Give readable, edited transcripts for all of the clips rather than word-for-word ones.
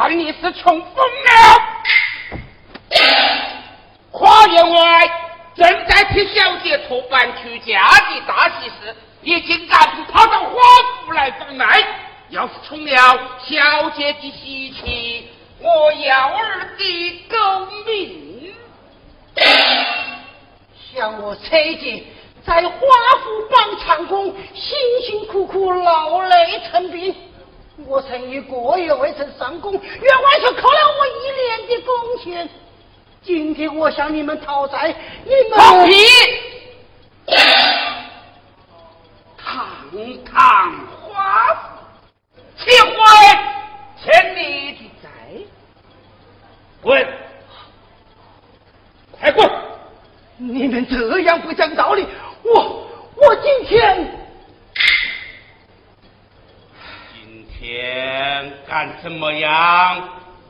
当你是穷疯了。花员外正在替小姐托办出嫁的大喜事，已经赶紧跑到华府来贩卖。要是冲了小姐的喜气，我要儿的狗命。 像我崔姐在华府帮长工，辛辛苦苦劳累成病，我曾一个月未曾上工，员外却扣了我1年的工钱。今天我向你们讨债，你们放屁！堂堂华府，岂会欠你的债？滚！快滚！ 你们这样不讲道理，我今天干什么样？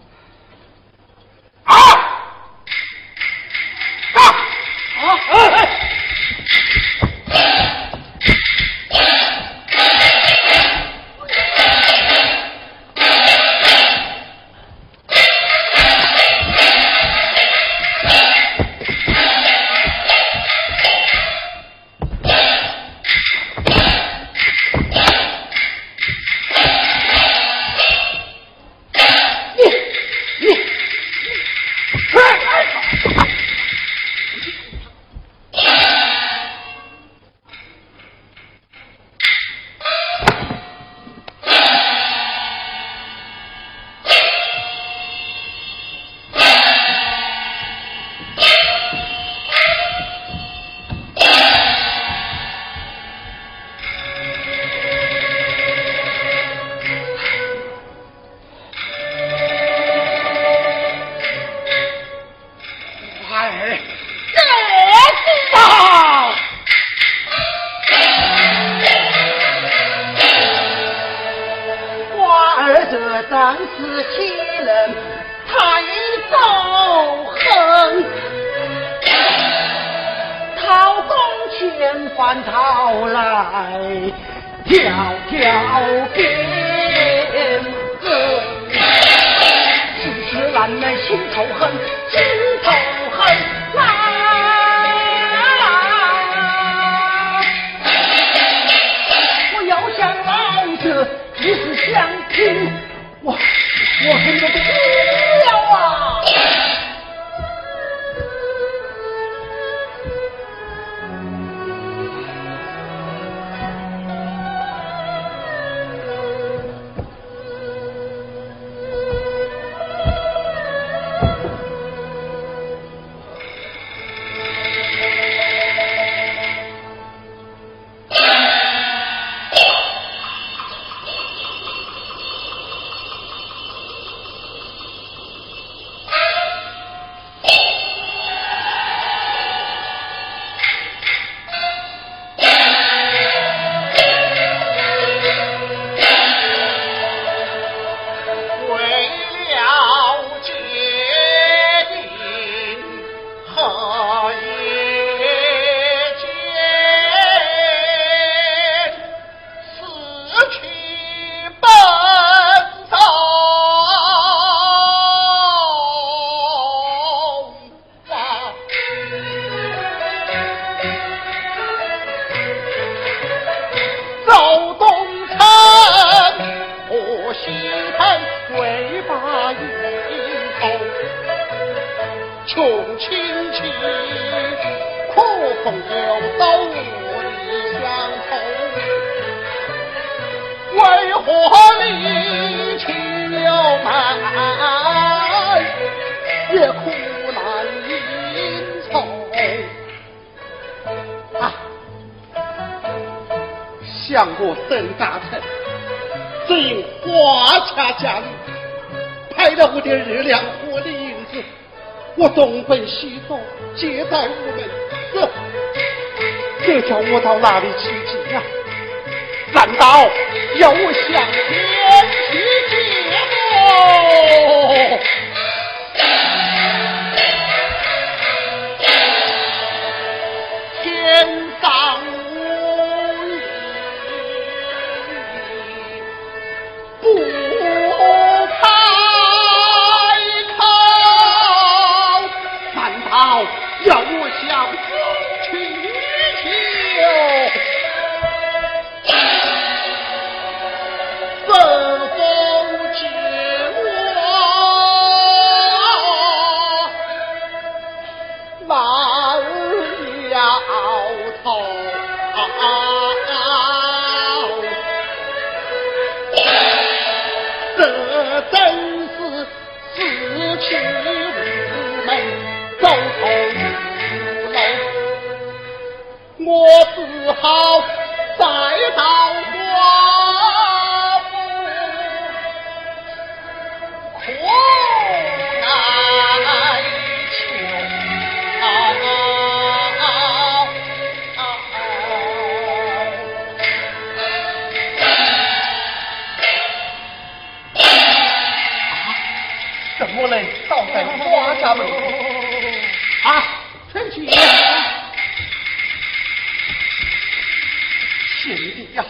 向过邓大臣，只因花卡家里派了我的日粮和的银子，我东奔西走，皆在无门。这叫我到哪里去借呀？难道要我向天去借吗？天上无云，不怕好，要我相夫去求。是否见我满摇头？这真是死去无门，走投无路。我只好再到华府，苦难求。什么嘞？倒在花家门啊！陈启贤弟呀，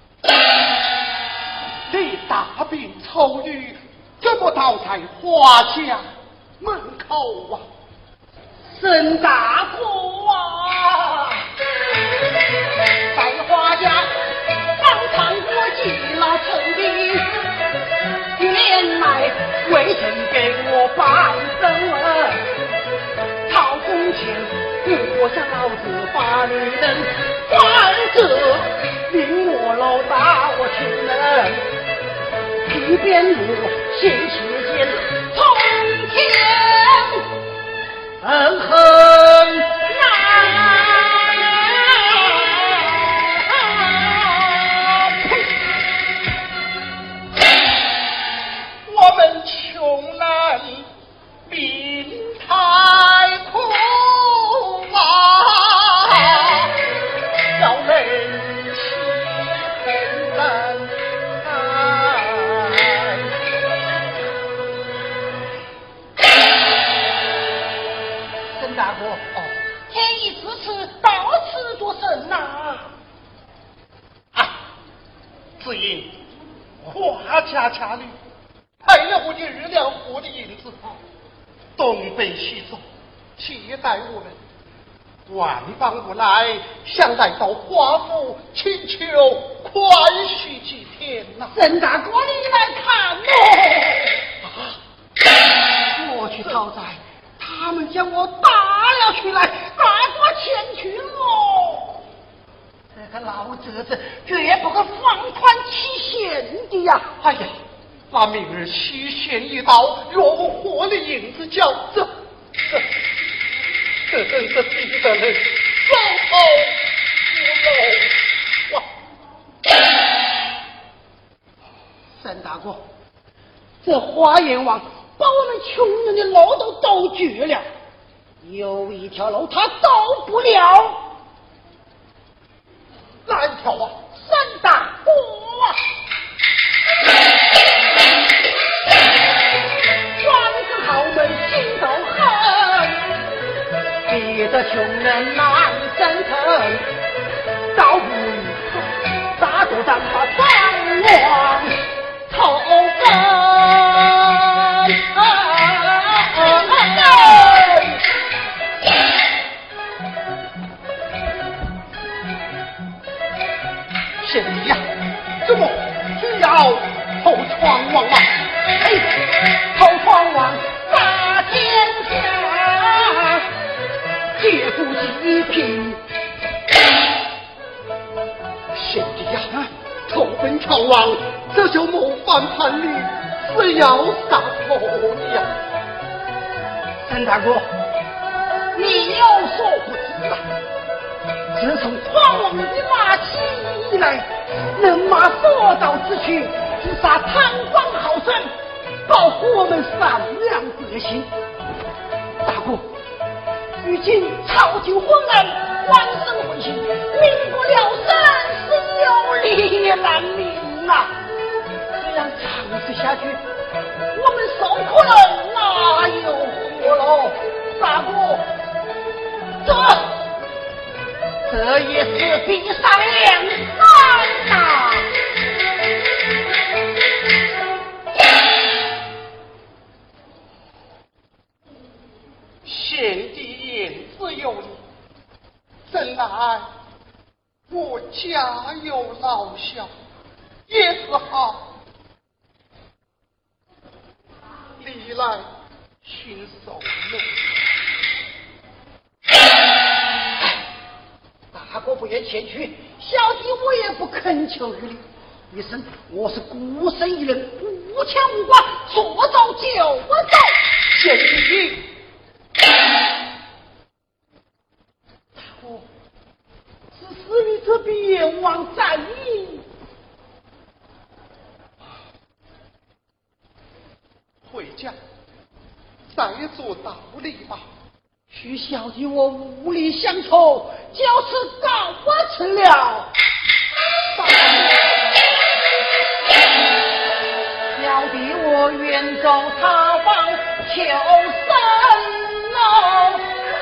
你大病初愈，怎么倒在花家门口啊？ 沈大哥啊，在花家方唱过几老陈病，原来未曾给我办身了。讨工钱，我想老子把你人反者令我老大我情人，即便我心期间从天恨我们穷难命太苦啊，要人欺负人。 沈大哥，天意之事到此作甚呐？ 只因花家家里派了我的日粮货的银子，东北西走接待我们，万般无奈，想来到华府请求宽许几天呐。 沈大哥，你来看我！我去讨债，他们将我打了起来，大过前去了。这个老侄子绝不可放宽期限的呀！ 哎呀，那明日期限一到，若无活的银子交，这真是逼得人走投无路啊！ 沈大哥，这花阎王把我们穷人的路都堵绝了，有一条路他走不了。 哪一条啊？ 沈大哥啊！庄子豪门心头恨，逼得穷人难生存，倒不如大作战把张王投奔。 贤弟呀，怎么只要投窗王啊？ 投窗王打天下，劫富济贫。 贤弟呀，投奔窗王，这就谋反叛逆，是要杀头的呀！ 沈大哥，你有所不知啊，自从窗王的马起以来，人马所到之处，只杀贪官好胜，保护我们善良百姓。大哥，如今朝廷昏暗，官绅混行，民不聊生，是有理难明啊！这样长此下去，我们受苦人哪有活喽？大哥，这也是逼上梁山呐！ 贤弟言之有理，怎奈我家有老小，也只好历来驯守了。 大哥不愿前去，小弟我也不恳求于你。一生我是孤身一人，无牵无挂，说走就走。 贤弟， 大哥，此事你可别忘在意。 回家再做道理吧。 许小弟我无力相酬，就此告辞了。小弟我远走他方求生喽，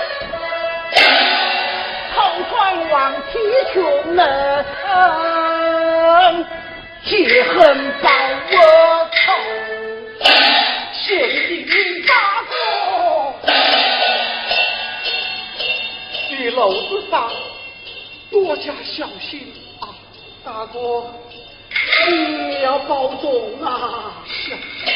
头传往提穷人，血恨报我仇。贤弟大哥， 玉楼之上多加小心啊！大哥，你也要保重啊！小心。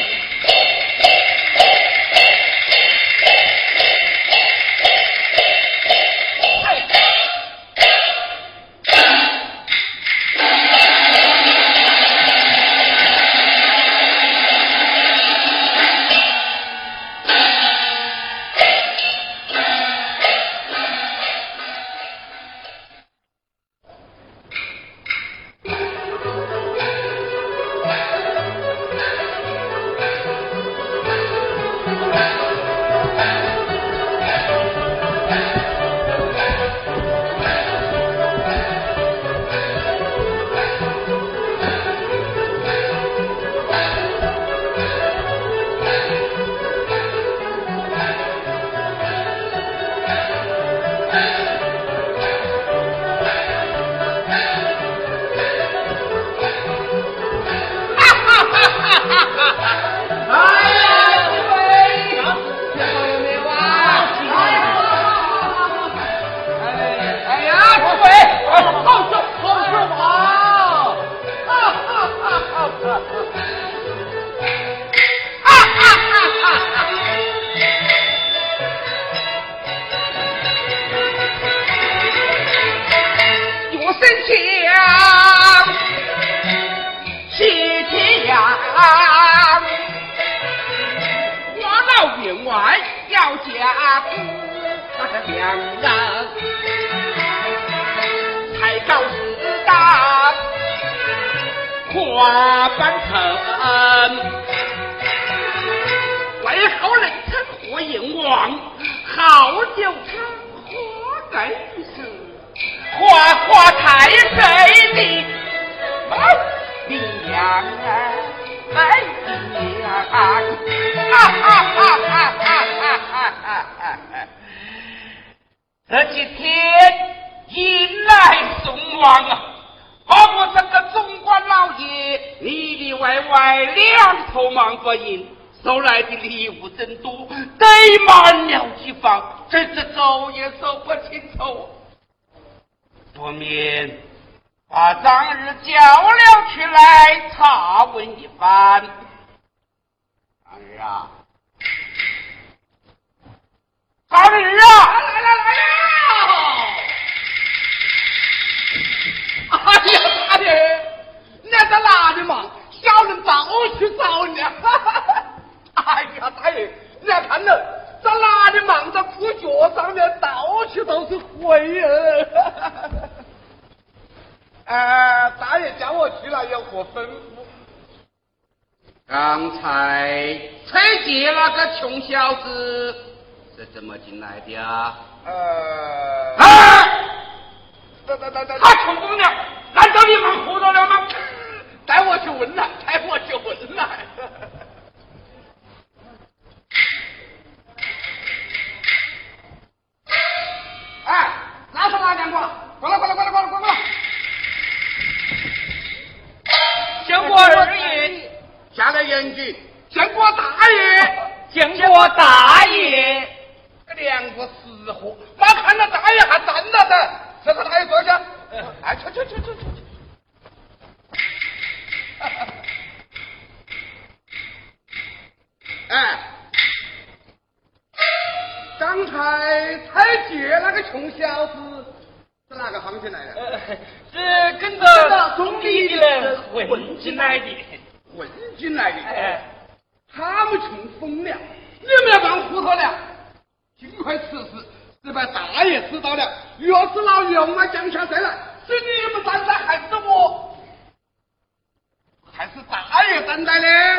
这几天迎来送往啊，包括这个总管老爷里里外外两头忙不赢，收来的礼物真多，堆满了几房，真是走也走不清楚。不免把当日叫了起来查问一番。当日啊，当日啊，来呀！ 哎呀，大人，那在哪里嘛？小人早去找你。哎呀，大人，你看了，在哪里忙着裤脚上面到处都是灰大爷叫我去了，有何吩咐？ 刚才崔杰那个穷小子是怎么进来的啊？他穷公娘，难道你们糊涂了吗？ 带我去问了，带我去问了。哎，哪是哪两个？过来！ 见过二爷，下来言语。 见过大爷， 见过大爷。 两个死死活，妈看到大爷还站了的，这个大爷坐下。哎，去。哎，刚才采借那个穷小子是哪个放进来的？ 是跟着总理的人混进来的。 混进来的。 哎， 他们穷疯了，你们要办糊涂了。尽快辞职，是把大爷知道了，要是老杨啊降下谁来，是你们担待还是我？还是大爷担待呢？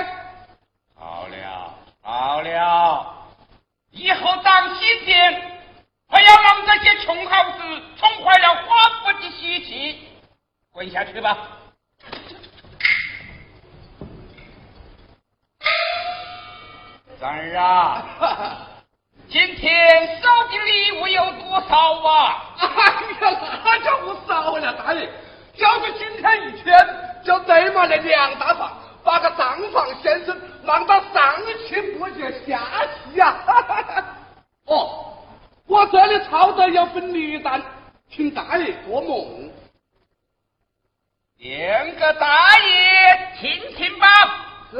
好了，以后当西天，不要让这些穷耗子宠坏了华府的喜气。滚下去吧。三儿啊，今天收的礼物有多少啊？哎呀，那就不少了，大爷。就是今天一天，就对嘛那2大房，把个账房先生忙到上气不接下气呀！哦，我这里抄的有份礼单，请大爷过目。连个大爷听听吧。是。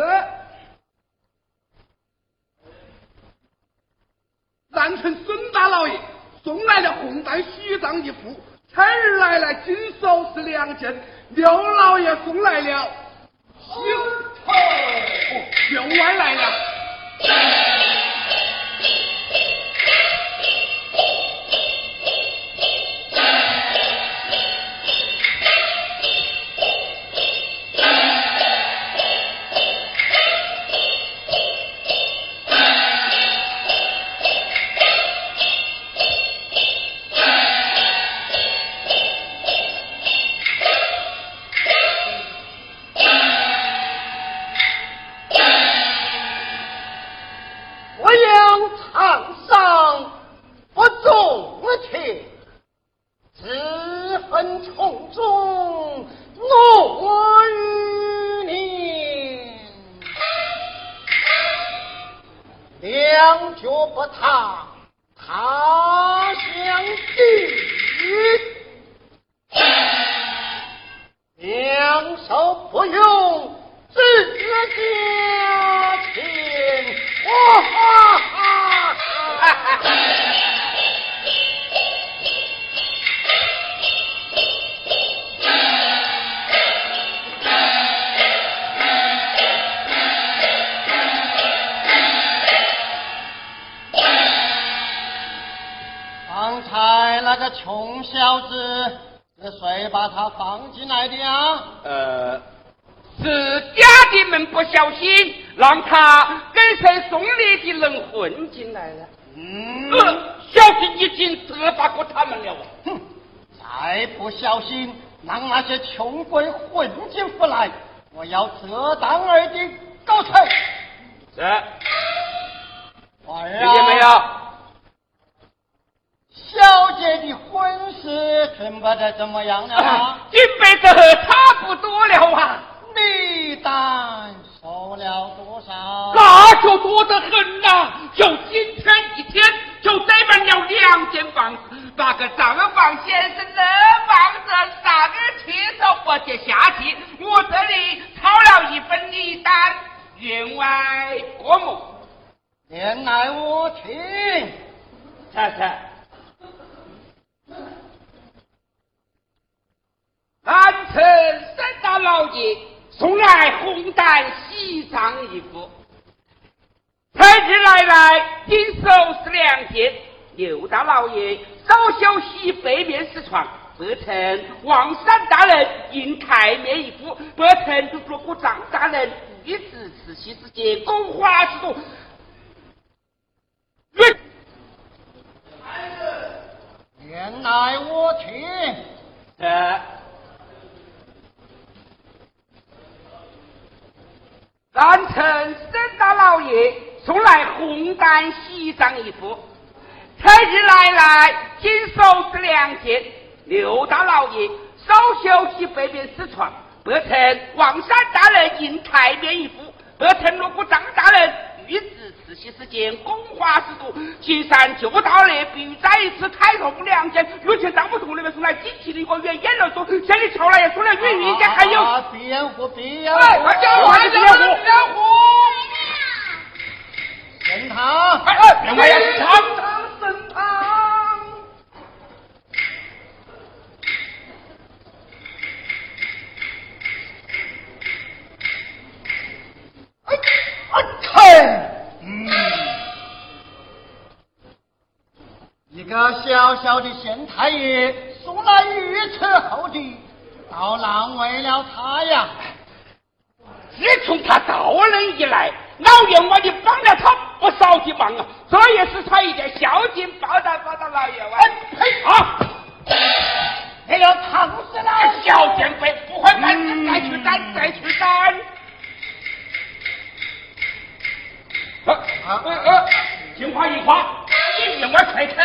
南城孙大老爷送来了红带喜帐1副，彩儿来了金首饰2件，刘老爷送来了新头，刘外来了。 穷小子是谁把他放进来的呀？ 是家弟们不小心让他跟谁送礼的人混进来了。小心已经责罚过他们了。 哼，再不小心让那些穷鬼混进府来，我要择当而的告成。 是。 儿啊， 听见没有？ 小姐的婚事准备的怎么样了？ 准备的差不多了啊。 礼单收了多少？ 那就多得很呐！就今天一天，就得满了2间房子，把个账房先生能忙着上气都不接下气。我这里抄了1份礼单，员外过目。 原来我听， 猜猜。南城三大老爷送来红缎喜帐1副，才日来金首饰2件，刘大老爷稍休息背面4床，不曾王三大人印台面1副，不曾如果张大人一直慈禧之间宫花之中。 原来我听， 南城沈大老爷送来红缎喜帐1副，才日来金首饰2件，刘大老爷稍休息北面4床，不曾王三大人印台面1副，不曾如果张大人御旨，慈禧时间，宫华之都，金山就到了，必须再一次开通两间。有钱当不同那边送来惊奇的一个原言了说，向你求来也说了云云家还有。 辩护辩护， 快叫快叫辩护！ 升堂， 另外要升堂，升堂。 一个小小的县太爷送来御赐厚礼，倒难为了他呀。 自从他到任以来，老员外你帮了他不少的忙啊，这也是他一点孝敬报答老员外。啊！ 没有烫死了！ 小奸妃不会办，再去斩，再去斩。听话一话，你员外快退。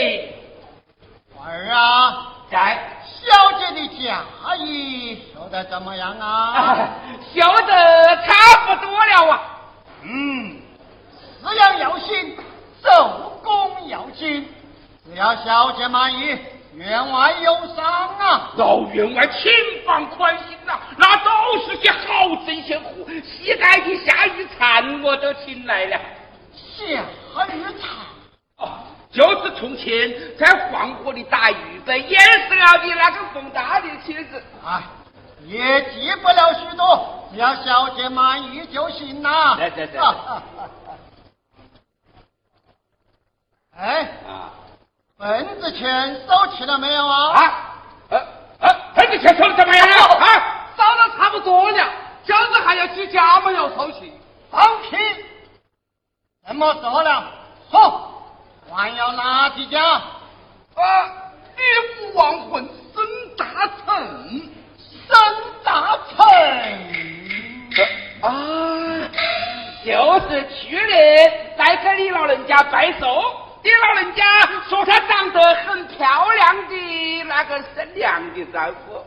儿啊， 在小姐的家业修得怎么样啊？ 修得差不多了啊。 饲养要行，奏功要紧，只要小姐满意，员外有赏啊！ 老员外千般宽心呐，那都是些好针线户，膝盖的下雨蚕我都请来了。 下雨蚕哦，就是从前在黄河里打鱼被淹死了的那个冯大的妻子。 也记不了许多，只要小姐满意就行呐。 对。 份子钱收齐了没有啊？ 份子钱收的怎么样了？ 收的差不多了，就是还有几家没有收齐。 放屁！怎么说了？说，还有哪几家？ 岳父亡魂孙大成。 就是去年来给李老人家拜寿，李老人家说他长得很漂亮的那个生娘的丈夫。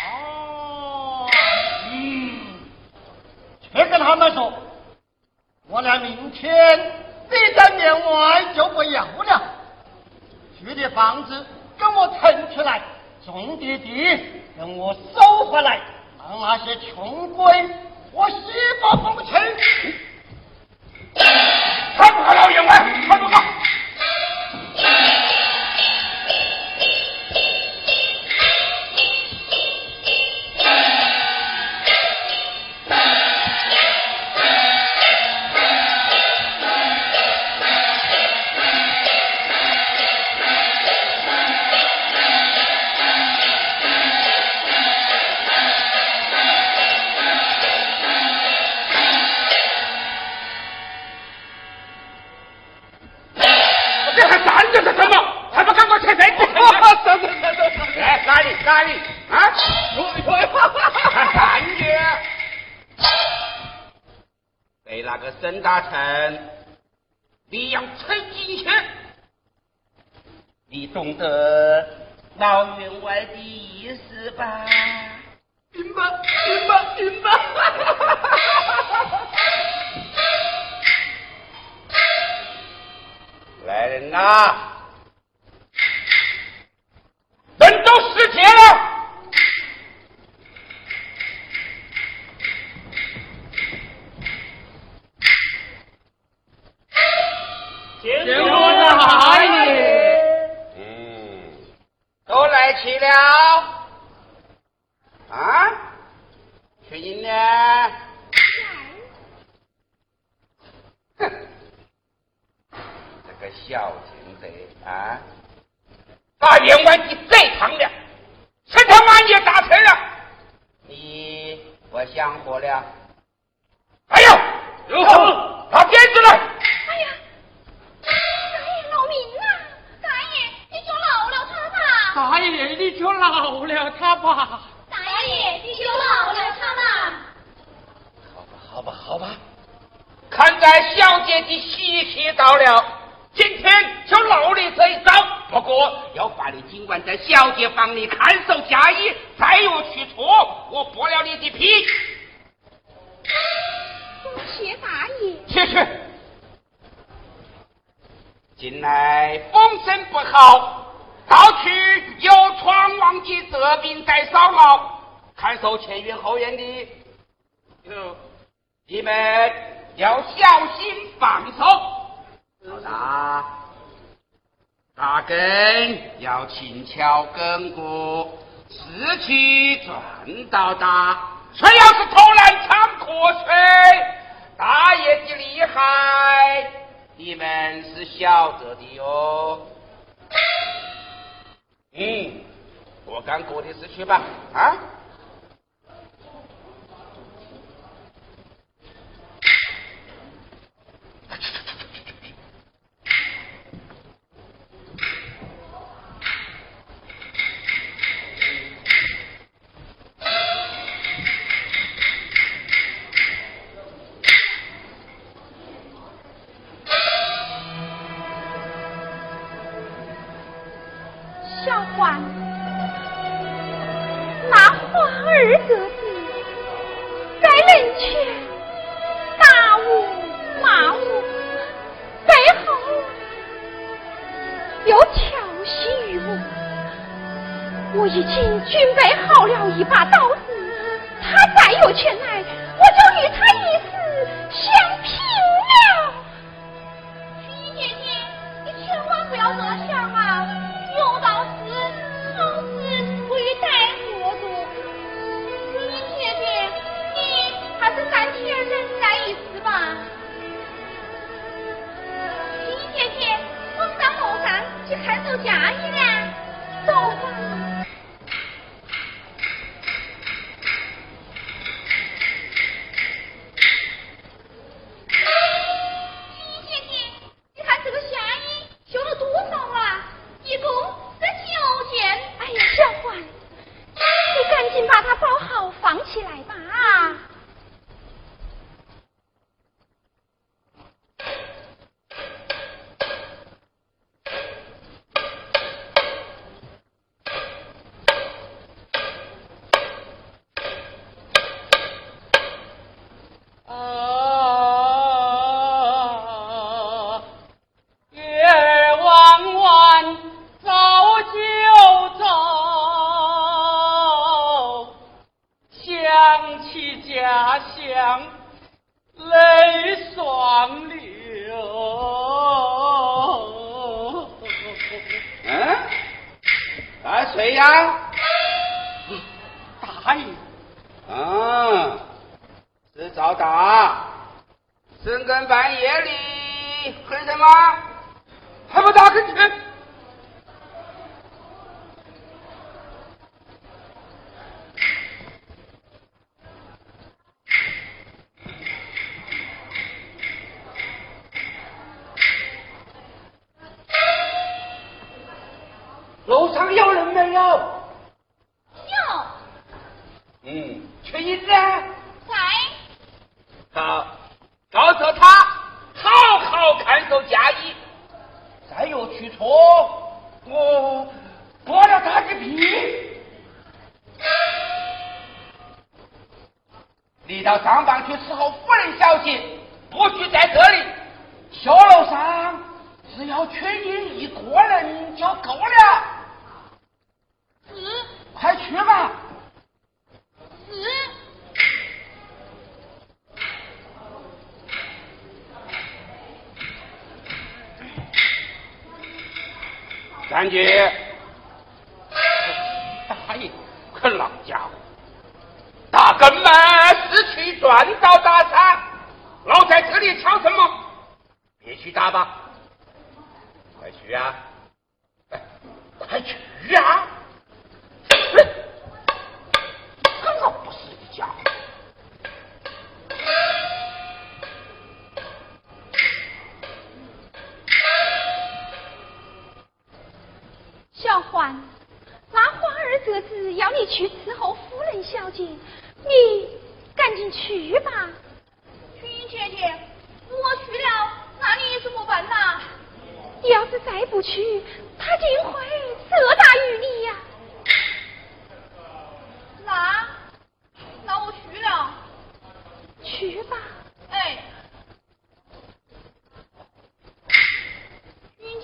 去跟他们说，我俩明天立在面外就不要了，去的房子跟我腾出来，种的地跟我收回来，让那些穷鬼我西北风去。 看不好老员外，看不好。哪里啊？感觉被那个沈大成利用吹进去，你懂得老员外的意思吧？ 明白。 来人呐！人都失节了。 见过大爷。 都来齐了。啊？去人呢？哼，这个小奸贼啊！把员外的贼藏了，陈他满也打成了，你不想活了？哎呦，把鞭子来！ 哎呀，大爷饶命啊！大爷，你就饶了他吧！ 大爷，你就饶了他吧！ 大爷，你就饶了他吧！ 好吧，看在小姐的喜气到了，今天就饶你这一招。不过要罚你今晚在小姐房里看守家义，再有去错，我剥了你的皮。 多谢大爷。 去， 近来风声不好，到处有闯王及责兵在骚扰，看守前院后院的，你们要小心防守。老大，大根要轻巧根固，士气转到大。谁要是偷懒抢瞌睡，大爷的厉害，你们是晓得的哟。我干过的事去吧，啊！ 小环，那花儿得子，在人前打我骂我，背后又调戏于我。我已经准备好了一把刀子，他再有权来，我就与他一死相拼了。徐姐姐，你千万不要这样想啊！有道是好事会带祸多。徐姐姐，你还是暂且忍耐一时吧。徐姐姐，我们到楼上去看守家业了，走吧。起来吧！ 谁呀？ 大爷。 是赵大。深更半夜里黑什么？还不打跟前？楼上有人没有？ 有。 缺椅子啊？ 在。 好，告诉他好好看守家义。再有去错，我剥了他的皮。你到上房去伺候夫人小姐，不许在这里。小楼上只要缺你一个人就够了。 是。 快去吧。 是。 感觉大爷可老家伙，大根们是去赚到大餐，老在这里瞧什么？别去打吧，快去啊！快去啊！个老不是的家伙。 小环，那花儿这次要你去伺候夫人小姐，你赶紧去吧。 君姐姐，我去了，那你怎么办呢？ 你要是再不去，他定会责打于你呀。 那我去了。 去吧。 哎。君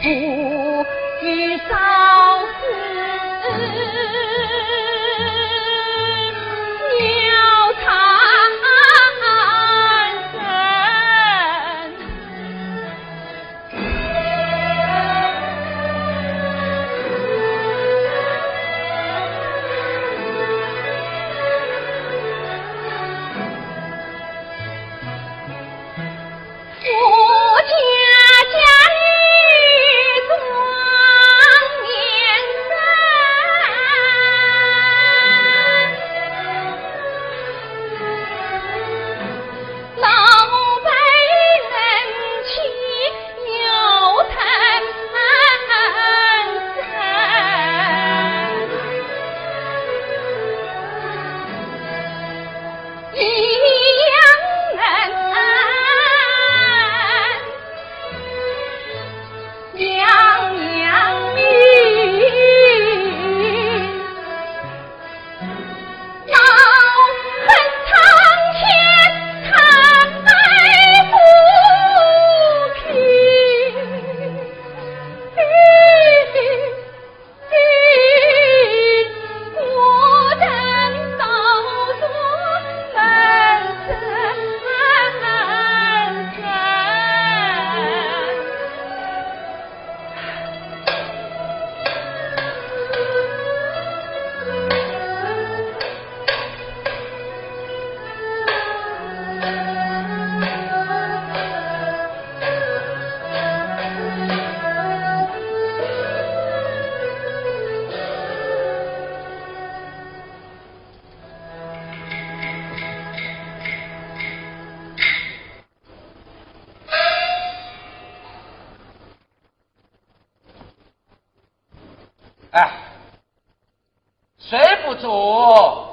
睡不着，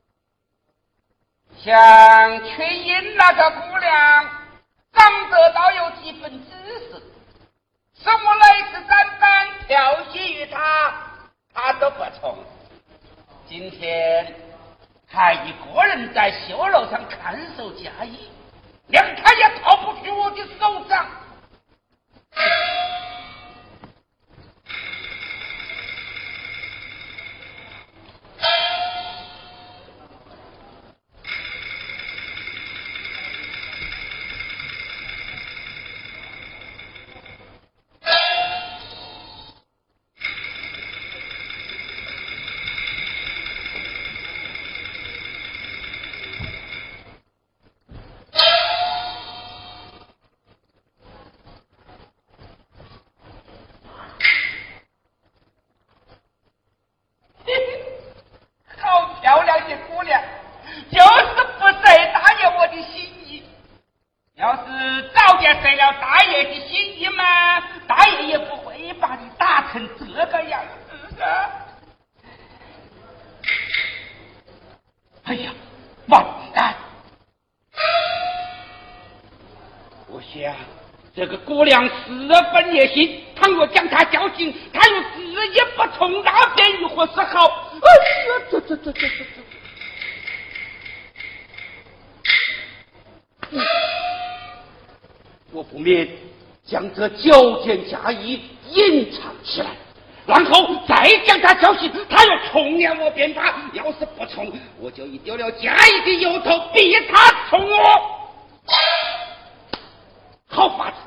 想去引那个姑娘，长得倒有几分姿势，什么雷子砧板调戏于他，他都不从。今天还一个人在绣楼上看守家义，连他也逃不出我的手掌。这个姑娘十分热心，倘若将她叫醒，她又死也不从，那便如何是好？哎呀，这！我不免将这矫健家义隐藏起来，然后再将她叫醒，她要从了我便罢，要是不从，我就以丢了家义的由头逼她从我。好法子！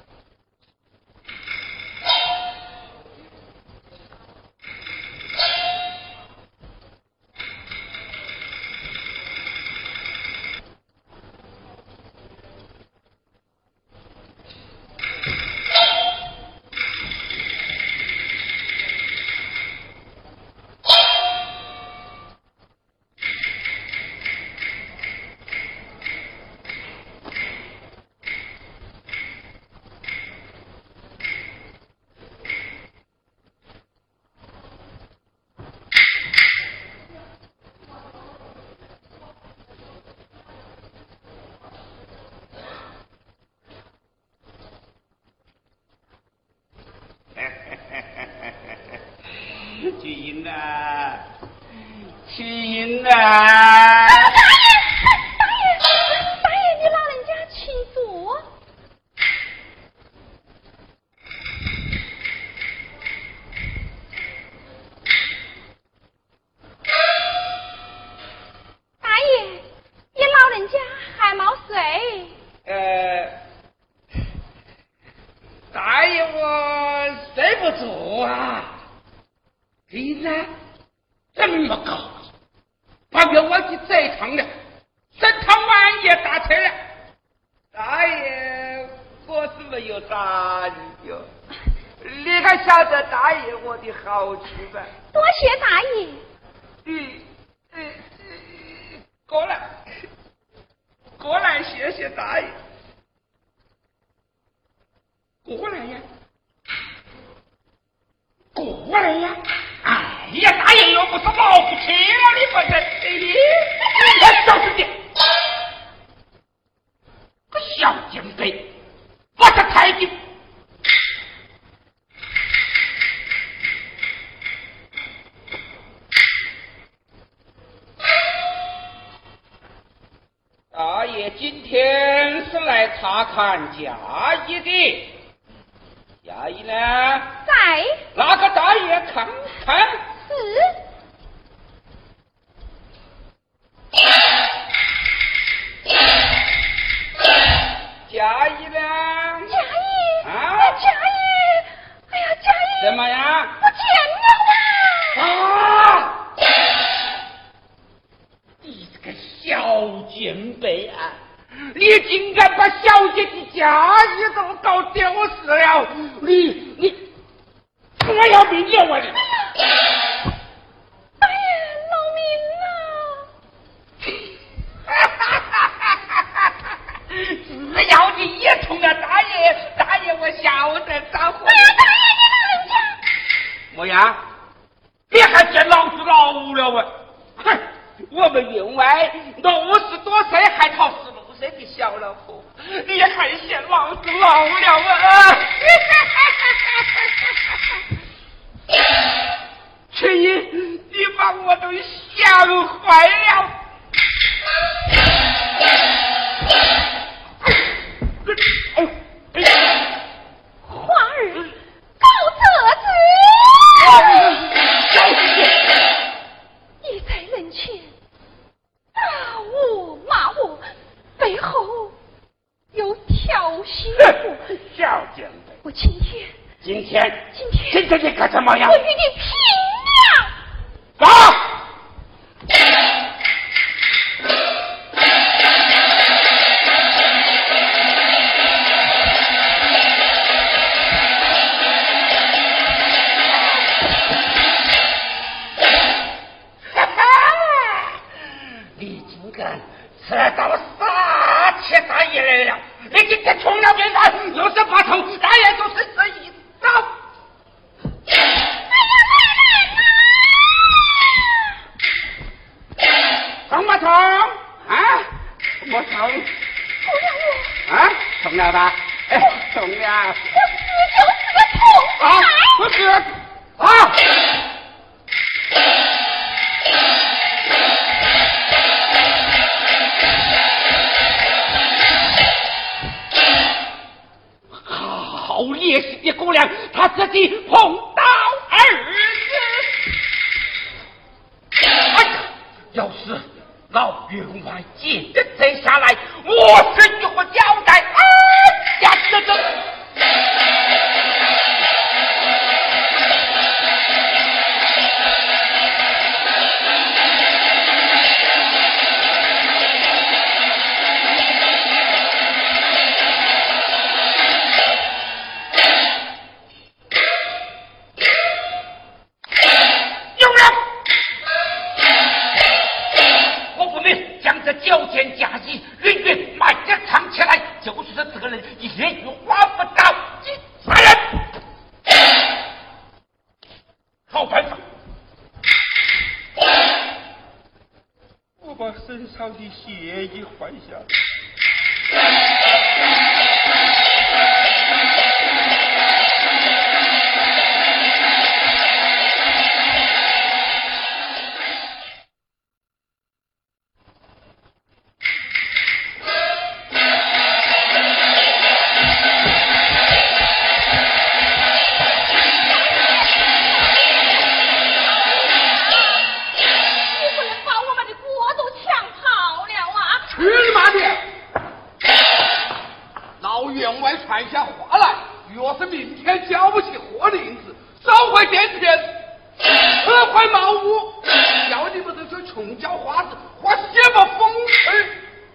去赢啊！ 大爷，你老人家请坐。 不错啊！你呢？这么高，把冤枉给宰堂了，审堂完也打成了。大爷，我是没有打你哟，你还晓得大爷我的好处吧？ 多谢大爷。 过来，谢谢大爷。过来呀！过来呀！哎呀，大爷又不是老不起了，你不是？你小声点！个小贱婢，把他抬进。大爷今天是来查看家义的，家义呢？ 在。 拿个大爷看看。 是。 家义呢？ 家义。 啊？ 家义。哎呀，家义。 怎么样？ 不见了啊！你这个小贱婢啊！你竟敢把小姐的家义都搞丢失了！你，我要命了我！ 大爷，饶命啊！ 只要你也冲了大爷我晓得咋回。 哎呀，大爷你老人家！ 莫呀，别还嫌老子老了我！哼！我们员外60多岁还讨16岁的小老婆，你还嫌老子老了啊！陈英，你把我都想坏了。 花儿高泽子，你在人前打我骂我，背后又调戏我， 小贱婢！ 我今天你干什么呀？ 我与你拼了！ 走！你竟敢吃到杀气大爷来了！你今天冲了边上，又是把头，大爷就是这一刀。痛不痛？啊？不痛？啊？痛了吧？哎，痛了。 我死就是个痛啊！不是啊！好烈性的姑娘，她自己碰到儿子。哎呀，要是老员外接着再下来，我是与我交代。哎呀，这。交钱假意，远远买着藏起来，就是这个人一语话不到，杀人！好办法，我把身上的血一换下来。传下话来， 若是明天交不起活银子，烧毁店钱，破坏茅屋，要你们这些穷叫花子花什么风趣？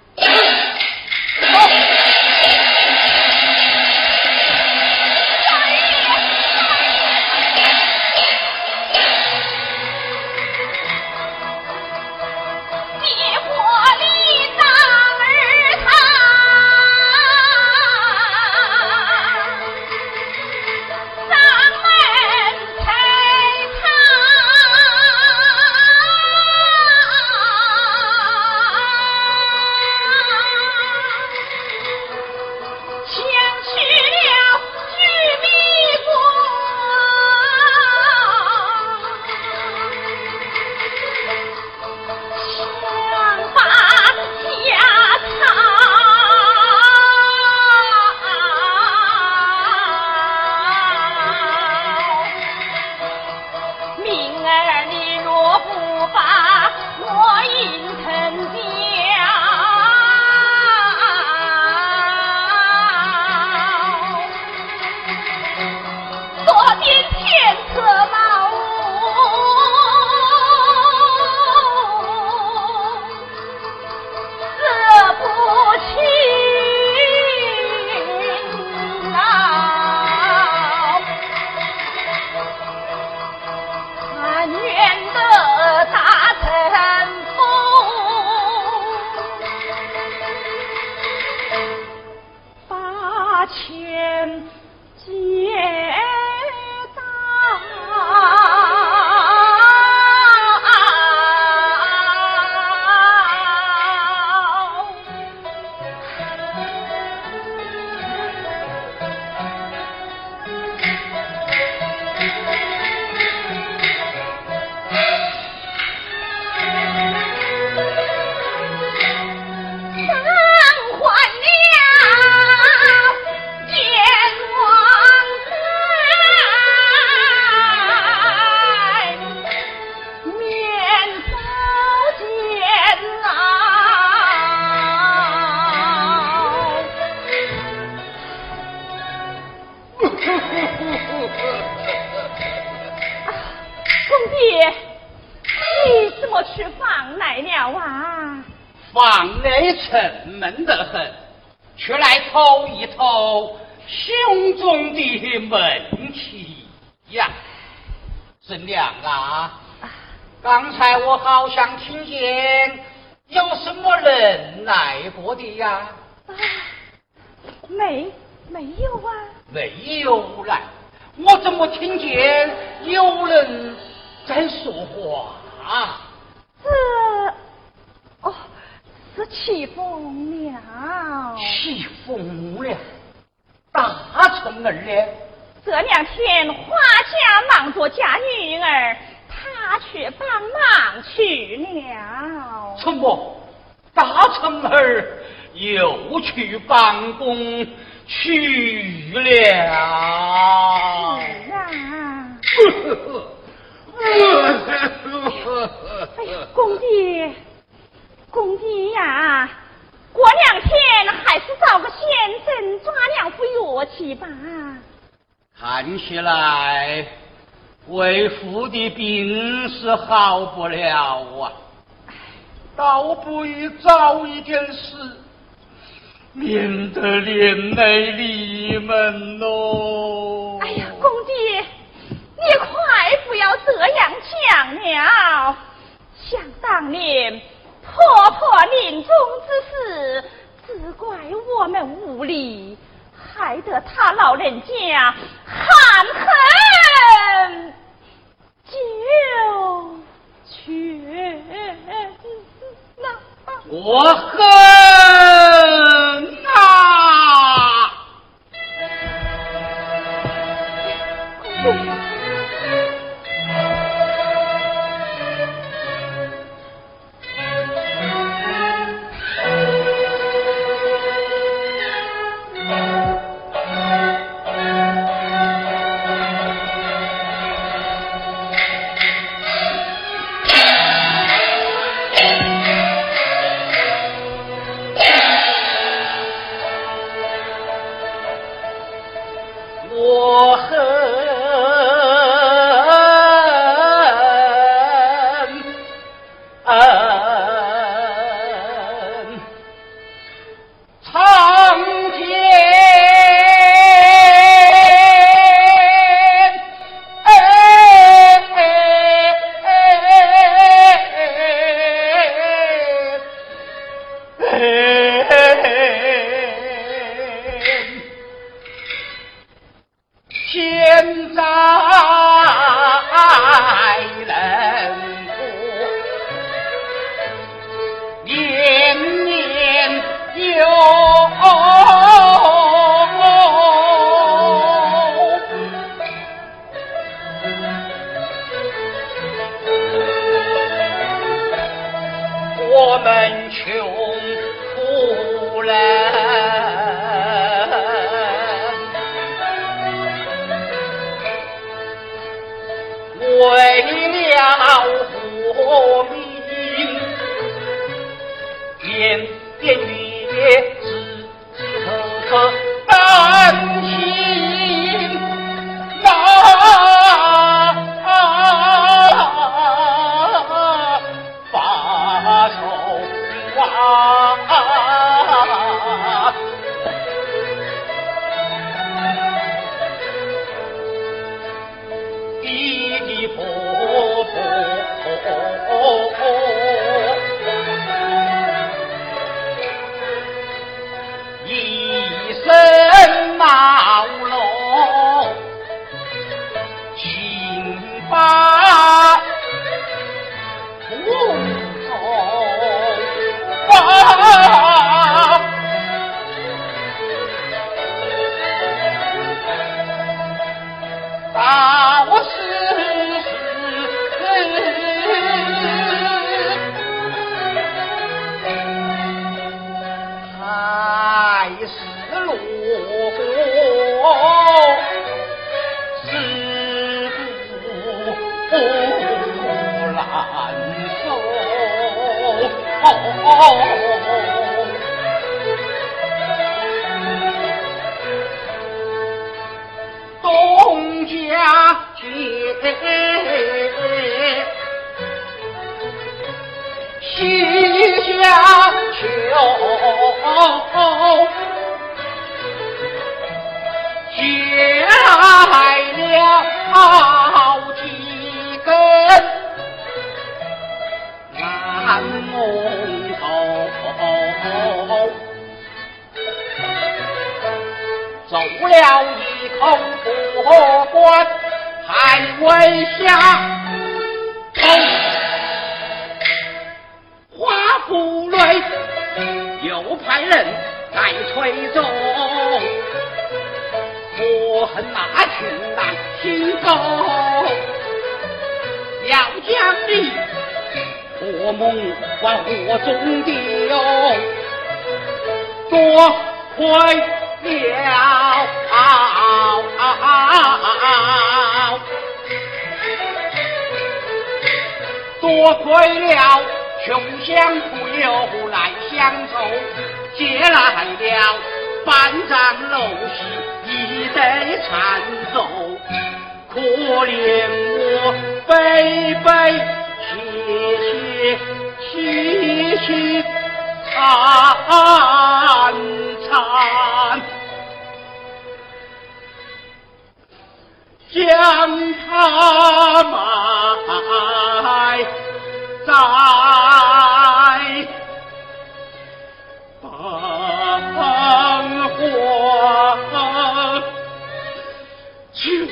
房内沉闷得很，却来透一透胸中的闷气呀。真娘啊，刚才我好像听见有什么人来过的呀？ 没有啊？ 没有来，我怎么听见有人在说话？ 是起风了。 起风了，大成儿呢？ 这两天花家忙着嫁女儿，他却帮忙去了。 什么？大成儿又去办公去了？ 是啊。哎呀，公爹呀，过两天还是找个先生抓两副药去吧。 看起来为父的病是好不了啊，倒不如早一点死，免得连累你们喽。 哎呀，公爹，你快不要这样讲了。想当年婆婆临终之时，只怪我们无理，害得他老人家含恨就去了。 我恨啊！ 我恨长剑。现在人多，年年有。我们穷苦人。为了国民，年年月时时刻刻担心发愁地婆婆一身毛茸，金发不中发。到还是路过，是不难受。东家界，西下秋，结了几根烂木头，走了一口过关，还未下头，华府内又派人来催奏，我恨那群难听狗，要将你活蒙往火中丢，多亏了多亏了穷乡苦友来相凑，借来了半张陋席一对缠奏，可怜我悲悲切切凄凄惨惨，将他埋在繁华秋。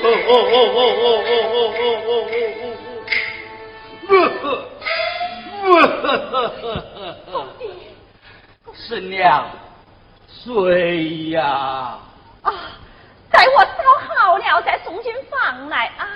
婶娘，谁呀？ 啊，待我烧好了再送进房来啊。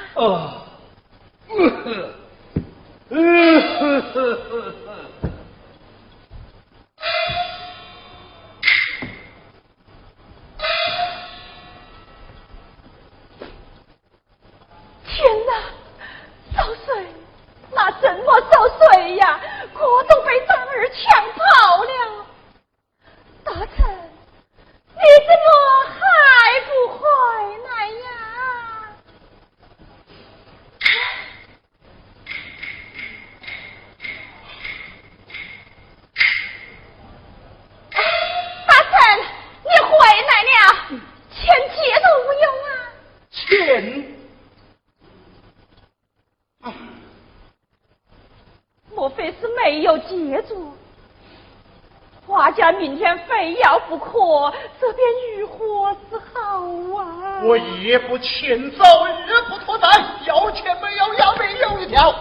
天哪，少水，那怎么少水呀？我都被张儿抢跑了。大臣，你怎么还不回来呀？ 大家明天非要不可，这便如何是好啊？ 我一不勤走，日不脱单，要钱没有，要命有一条。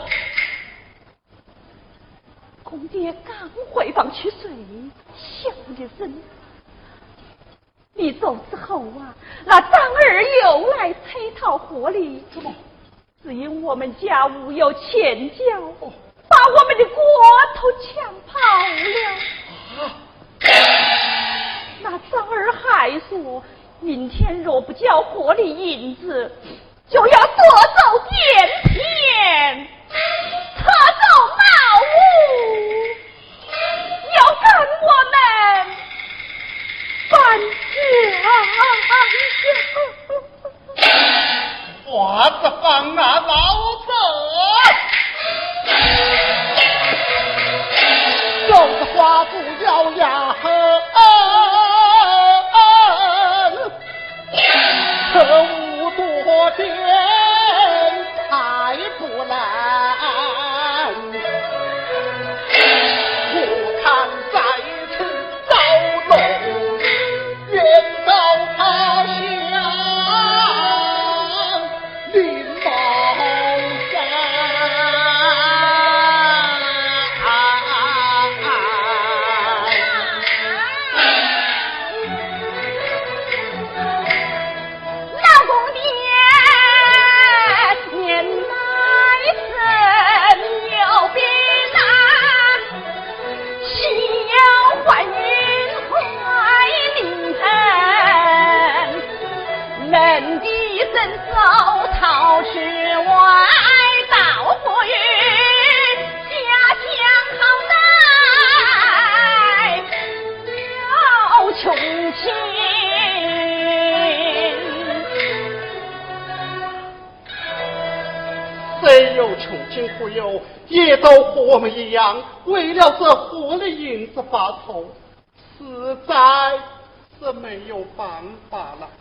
公爹刚回房去睡，笑了声。你走之后啊，那张儿又来催讨活力。 怎么？ 只因我们家务有欠交，把我们的锅头抢跑了。那张儿还说，明天若不交活力银子，就要夺走店田，扯走茅屋，要赶我们搬家。 我子放那老子，有的话不要呀可无多点还不难，我看在此遭弄，愿遭他乡临茅山。 老公爹年来真有病啊，小怀孕怀临盆，人的身手逃之外，倒不与家乡好歹要穷亲。 谁有穷亲忽悠，也都和我们一样，为了这活的银子发愁，实在是没有办法了。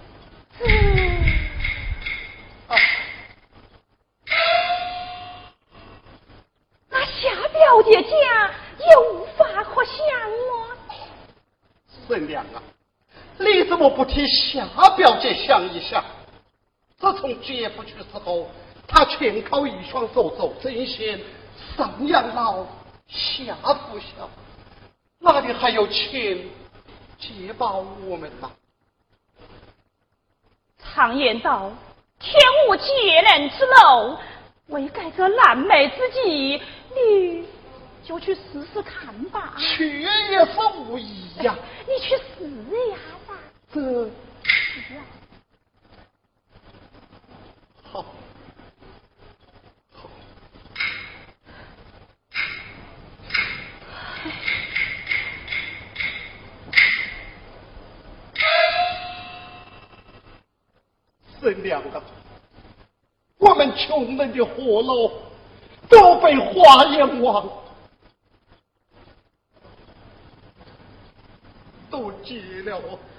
那夏表姐家也无法可想吗？ 孙良啊，你怎么不替夏表姐想一想？自从姐夫去世后，他全靠一双手走针线，上养老下扶小，哪里还有钱接报我们呢？ 常言道，天无绝人之路，为改这蓝莓之际，你就去试试看吧。 去也是无益呀。 你去试呀吧。 这是啊。 好。孙良啊，我们穷人的活路都被花阎王都劫了。